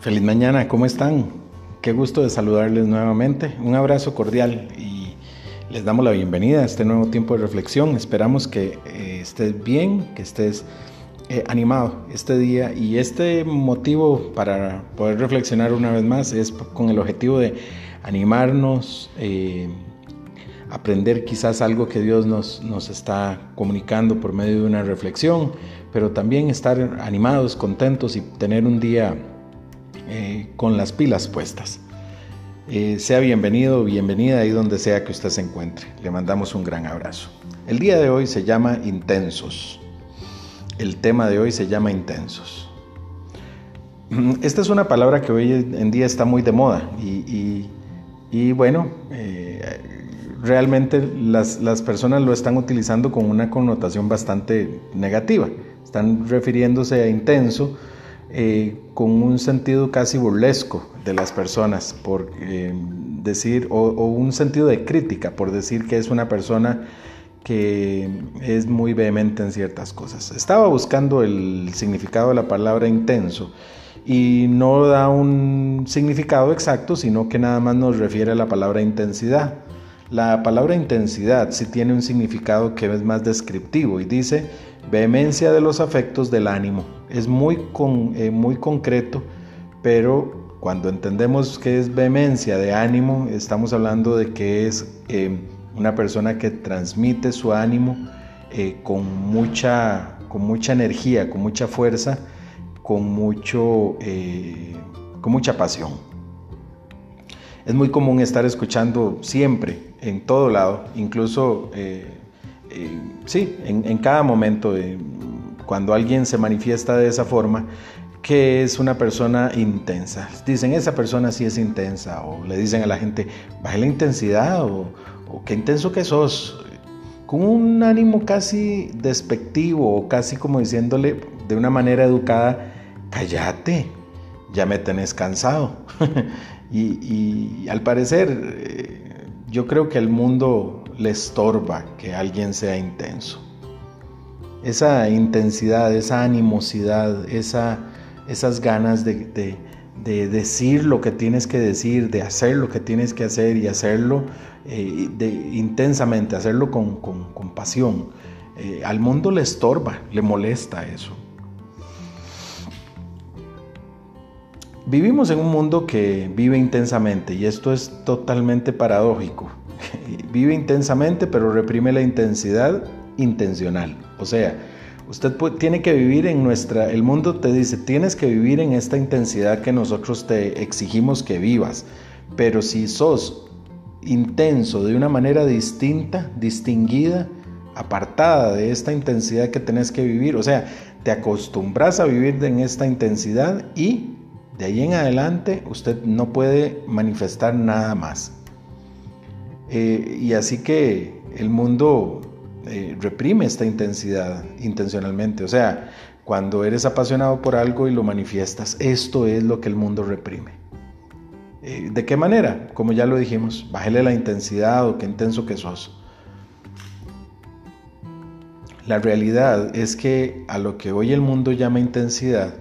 Feliz mañana, ¿cómo están? Qué gusto de saludarles nuevamente. Un abrazo cordial y les damos la bienvenida a este nuevo tiempo de reflexión. Esperamos que estés bien, que estés animado este día, y este motivo para poder reflexionar una vez más es con el objetivo de animarnos, aprender quizás algo que Dios nos está comunicando por medio de una reflexión, pero también estar animados, contentos y tener un día con las pilas puestas. Sea bienvenido o bienvenida ahí donde sea que usted se encuentre. Le mandamos un gran abrazo. El día de hoy se llama Intensos. El tema de hoy se llama Intensos. Esta es una palabra que hoy en día está muy de moda y bueno, realmente las personas lo están utilizando con una connotación bastante negativa. Están refiriéndose a intenso con un sentido casi burlesco de las personas, por decir, o un sentido de crítica, por decir que es una persona que es muy vehemente en ciertas cosas. Estaba buscando el significado de la palabra intenso y no da un significado exacto, sino que nada más nos refiere a la palabra intensidad. La palabra intensidad sí tiene un significado que es más descriptivo y dice vehemencia de los afectos del ánimo. Es muy concreto, pero cuando entendemos que es vehemencia de ánimo, estamos hablando de que es una persona que transmite su ánimo con mucha energía, con mucha fuerza, con mucha pasión. Es muy común estar escuchando siempre, en todo lado, incluso en cada momento, cuando alguien se manifiesta de esa forma, que es una persona intensa. Dicen, esa persona sí es intensa, o le dicen a la gente, baje la intensidad, o qué intenso que sos, con un ánimo casi despectivo, o casi como diciéndole de una manera educada, cállate, ya me tenés cansado. y al parecer, yo creo que al mundo le estorba que alguien sea intenso. Esa intensidad, esa animosidad, esas ganas de decir lo que tienes que decir, de hacer lo que tienes que hacer y hacerlo intensamente, hacerlo con pasión. Al mundo le estorba, le molesta eso. Vivimos en un mundo que vive intensamente, y esto es totalmente paradójico. Vive intensamente, pero reprime la intensidad intencional. O sea, usted tiene que vivir el mundo te dice, tienes que vivir en esta intensidad que nosotros te exigimos que vivas. Pero si sos intenso de una manera distinta, distinguida, apartada de esta intensidad que tenés que vivir, o sea, te acostumbras a vivir en esta intensidad y de ahí en adelante usted no puede manifestar nada más. Y así que el mundo reprime esta intensidad intencionalmente. O sea, cuando eres apasionado por algo y lo manifiestas, esto es lo que el mundo reprime. ¿De qué manera? Como ya lo dijimos, bájale la intensidad, o qué intenso que sos. La realidad es que a lo que hoy el mundo llama intensidad,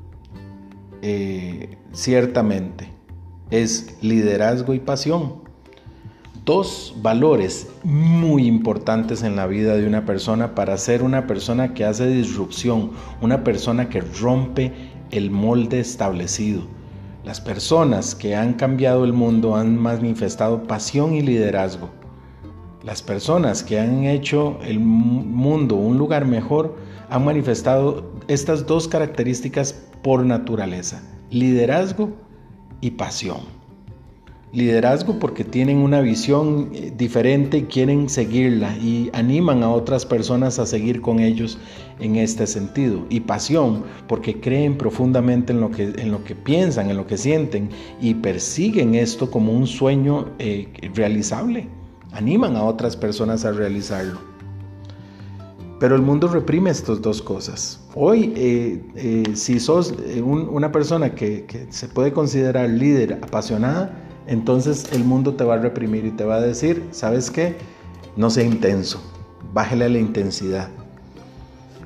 ciertamente es liderazgo y pasión. Dos valores muy importantes en la vida de una persona para ser una persona que hace disrupción, una persona que rompe el molde establecido. Las personas que han cambiado el mundo han manifestado pasión y liderazgo. Las personas que han hecho el mundo un lugar mejor han manifestado estas dos características por naturaleza: liderazgo y pasión. Liderazgo porque tienen una visión diferente y quieren seguirla y animan a otras personas a seguir con ellos en este sentido. Y pasión porque creen profundamente en lo que piensan, en lo que sienten, y persiguen esto como un sueño realizable. Animan a otras personas a realizarlo. Pero el mundo reprime estas dos cosas. Hoy, si sos una persona que se puede considerar líder apasionada, entonces el mundo te va a reprimir y te va a decir, ¿sabes qué? No sea intenso, bájale la intensidad.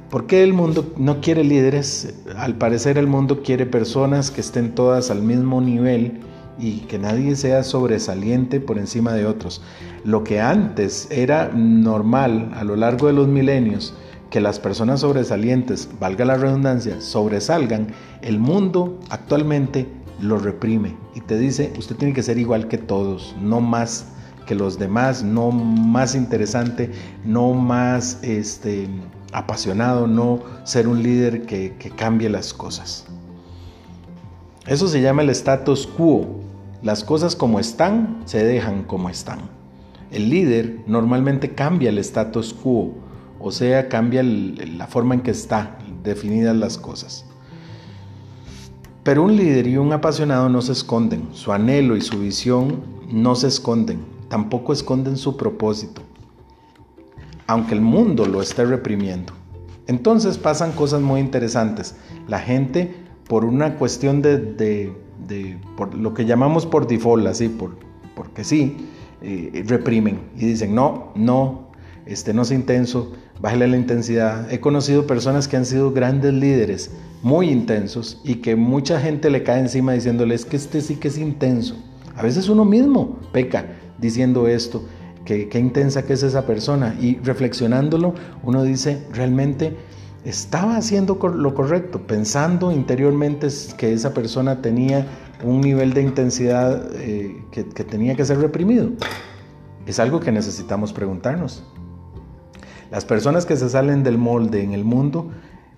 ¿Por qué el mundo no quiere líderes? Al parecer el mundo quiere personas que estén todas al mismo nivel y que nadie sea sobresaliente por encima de otros. Lo que antes era normal a lo largo de los milenios, que las personas sobresalientes, valga la redundancia, sobresalgan, el mundo actualmente lo reprime y te dice, usted tiene que ser igual que todos, no más que los demás, no más interesante, no más apasionado, no ser un líder que cambie las cosas. Eso se llama el status quo. Las cosas como están, se dejan como están. El líder normalmente cambia el status quo, o sea, cambia la forma en que está definidas las cosas. Pero un líder y un apasionado no se esconden, su anhelo y su visión no se esconden, tampoco esconden su propósito, aunque el mundo lo esté reprimiendo. Entonces pasan cosas muy interesantes. La gente, por una cuestión por lo que llamamos por default, así, porque sí, reprimen y dicen, no sea intenso, bájale la intensidad. He conocido personas que han sido grandes líderes, muy intensos, y que mucha gente le cae encima diciéndole, es que este sí que es intenso. A veces uno mismo peca diciendo esto, qué intensa que es esa persona, y reflexionándolo uno dice, realmente estaba haciendo lo correcto, pensando interiormente que esa persona tenía un nivel de intensidad que tenía que ser reprimido. Es algo que necesitamos preguntarnos. Las personas que se salen del molde en el mundo,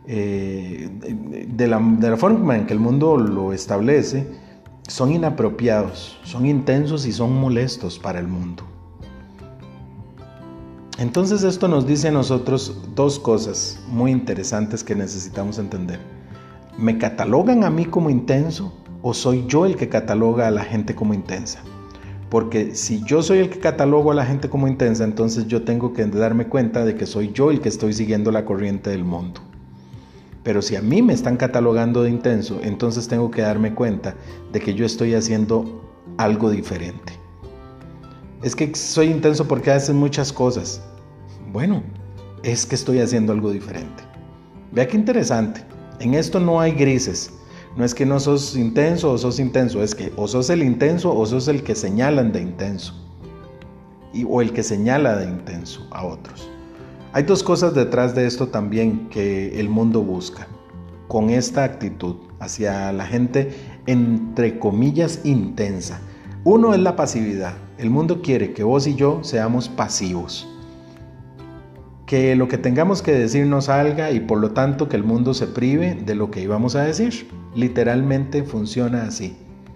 de la forma en que el mundo lo establece, son inapropiados, son intensos y son molestos para el mundo. Entonces esto nos dice a nosotros dos cosas muy interesantes que necesitamos entender. ¿Me catalogan a mí como intenso o soy yo el que cataloga a la gente como intensa? Porque si yo soy el que catalogo a la gente como intensa, entonces yo tengo que darme cuenta de que soy yo el que estoy siguiendo la corriente del mundo. Pero si a mí me están catalogando de intenso, entonces tengo que darme cuenta de que yo estoy haciendo algo diferente. Es que soy intenso porque haces muchas cosas. Bueno, es que estoy haciendo algo diferente. Vea qué interesante. En esto no hay grises. No es que no sos intenso o sos intenso, es que o sos el intenso o sos el que señalan de intenso. O el que señala de intenso a otros. Hay dos cosas detrás de esto también que el mundo busca con esta actitud hacia la gente entre comillas intensa. Uno es la pasividad. El mundo quiere que vos y yo seamos pasivos. Que lo que tengamos que decir no salga y por lo tanto que el mundo se prive de lo que íbamos a decir. Literalmente funciona así.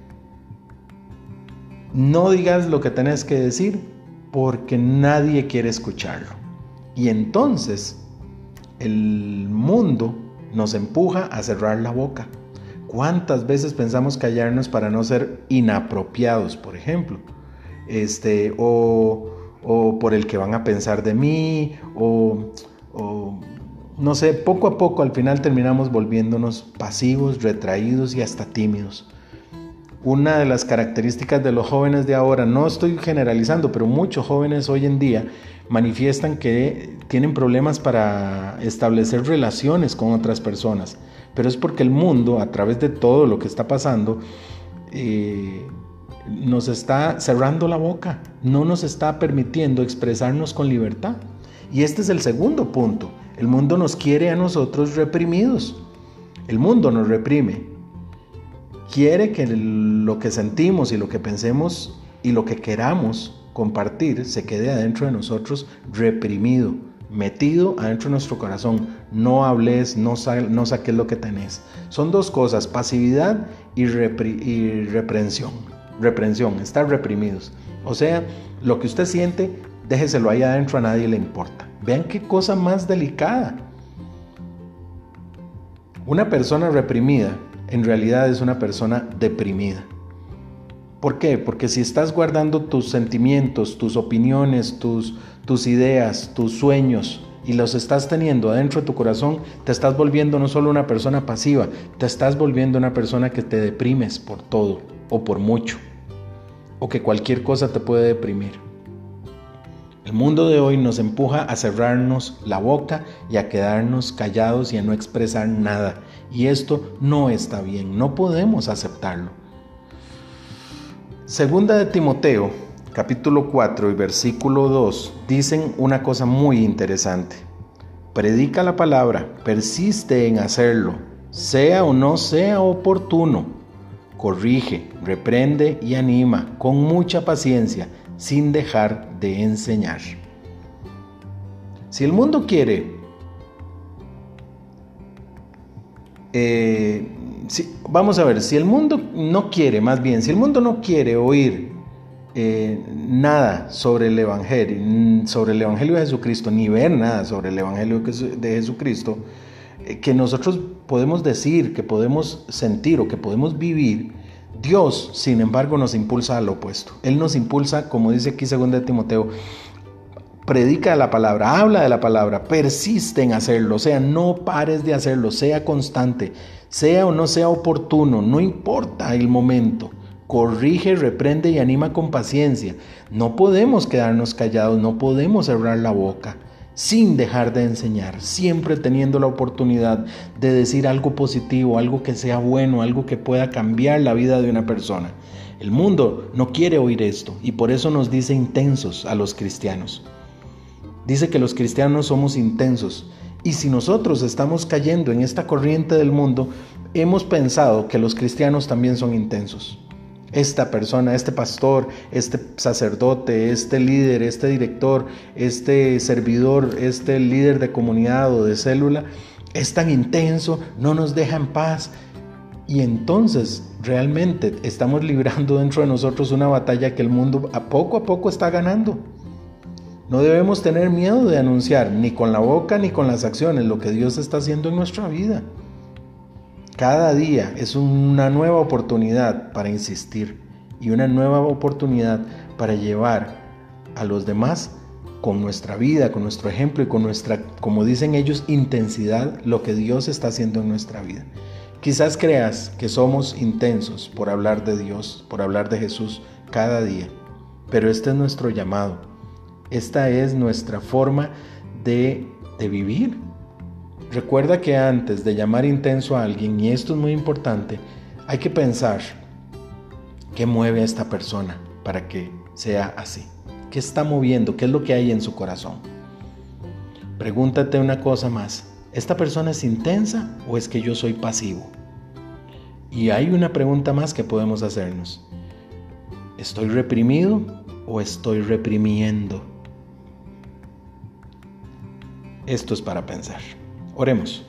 No digas lo que tenés que decir porque nadie quiere escucharlo. Y entonces el mundo nos empuja a cerrar la boca. ¿Cuántas veces pensamos callarnos para no ser inapropiados, por ejemplo? O por el que van a pensar de mí, o no sé, poco a poco al final terminamos volviéndonos pasivos, retraídos y hasta tímidos. Una de las características de los jóvenes de ahora, no estoy generalizando, pero muchos jóvenes hoy en día manifiestan que tienen problemas para establecer relaciones con otras personas, pero es porque el mundo, a través de todo lo que está pasando, nos está cerrando la boca, no nos está permitiendo expresarnos con libertad. Y este es el segundo punto. El mundo nos quiere a nosotros reprimidos. El mundo nos reprime. Quiere que lo que sentimos y lo que pensemos y lo que queramos compartir se quede adentro de nosotros reprimido, metido adentro de nuestro corazón. No hables, no saques lo que tenés. Son dos cosas, pasividad y reprensión. Reprensión, estar reprimidos. O sea, lo que usted siente, déjeselo ahí adentro, a nadie le importa. Vean qué cosa más delicada. Una persona reprimida en realidad es una persona deprimida. ¿Por qué? Porque si estás guardando tus sentimientos, tus opiniones, tus ideas, tus sueños y los estás teniendo adentro de tu corazón, te estás volviendo no solo una persona pasiva, te estás volviendo una persona que te deprimes por todo o por mucho, o que cualquier cosa te puede deprimir. El mundo de hoy nos empuja a cerrarnos la boca y a quedarnos callados y a no expresar nada. Y esto no está bien, no podemos aceptarlo. Segunda de Timoteo, capítulo 4 y versículo 2, dicen una cosa muy interesante. Predica la palabra, persiste en hacerlo, sea o no sea oportuno. Corrige, reprende y anima con mucha paciencia, sin dejar de enseñar. Si el mundo quiere, vamos a ver, si el mundo no quiere, más bien, si el mundo no quiere oír nada sobre el Evangelio de Jesucristo, ni ver nada sobre el Evangelio de Jesucristo, que nosotros podemos decir, que podemos sentir o que podemos vivir, Dios, sin embargo, nos impulsa al opuesto. Él nos impulsa, como dice aquí 2 de Timoteo, predica la palabra, habla de la palabra, persiste en hacerlo, o sea, no pares de hacerlo, sea constante, sea o no sea oportuno, no importa el momento. Corrige, reprende y anima con paciencia. No podemos quedarnos callados, no podemos cerrar la boca, sin dejar de enseñar, siempre teniendo la oportunidad de decir algo positivo, algo que sea bueno, algo que pueda cambiar la vida de una persona. El mundo no quiere oír esto y por eso nos dice intensos a los cristianos. Dice que los cristianos somos intensos y si nosotros estamos cayendo en esta corriente del mundo, hemos pensado que los cristianos también son intensos. Esta persona, este pastor, este sacerdote, este líder, este director, este servidor, este líder de comunidad o de célula, es tan intenso, no nos deja en paz. Y entonces realmente estamos librando dentro de nosotros una batalla que el mundo a poco está ganando. No debemos tener miedo de anunciar ni con la boca ni con las acciones lo que Dios está haciendo en nuestra vida. Cada día es una nueva oportunidad para insistir y una nueva oportunidad para llevar a los demás con nuestra vida, con nuestro ejemplo y con nuestra, como dicen ellos, intensidad, lo que Dios está haciendo en nuestra vida. Quizás creas que somos intensos por hablar de Dios, por hablar de Jesús cada día, pero este es nuestro llamado, esta es nuestra forma de vivir. Recuerda que antes de llamar intenso a alguien, y esto es muy importante, hay que pensar qué mueve a esta persona para que sea así. ¿Qué está moviendo? ¿Qué es lo que hay en su corazón? Pregúntate una cosa más. ¿Esta persona es intensa o es que yo soy pasivo? Y hay una pregunta más que podemos hacernos. ¿Estoy reprimido o estoy reprimiendo? Esto es para pensar. Oremos.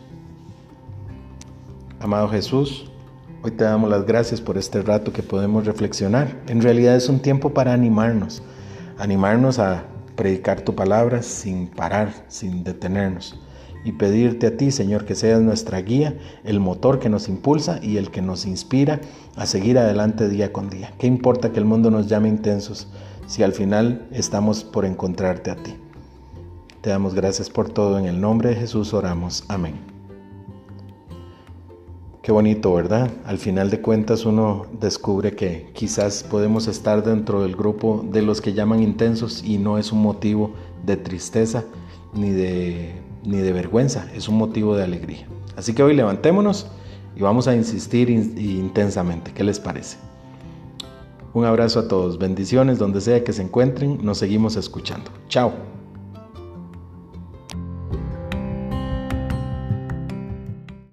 Amado Jesús, hoy te damos las gracias por este rato que podemos reflexionar. En realidad es un tiempo para animarnos a predicar tu palabra sin parar, sin detenernos. Y pedirte a ti, Señor, que seas nuestra guía, el motor que nos impulsa y el que nos inspira a seguir adelante día con día. ¿Qué importa que el mundo nos llame intensos si al final estamos por encontrarte a ti? Te damos gracias por todo, en el nombre de Jesús oramos, amén. Qué bonito, ¿verdad? Al final de cuentas uno descubre que quizás podemos estar dentro del grupo de los que llaman intensos y no es un motivo de tristeza ni de vergüenza, es un motivo de alegría. Así que hoy levantémonos y vamos a insistir intensamente. ¿Qué les parece? Un abrazo a todos, bendiciones donde sea que se encuentren, nos seguimos escuchando. Chao.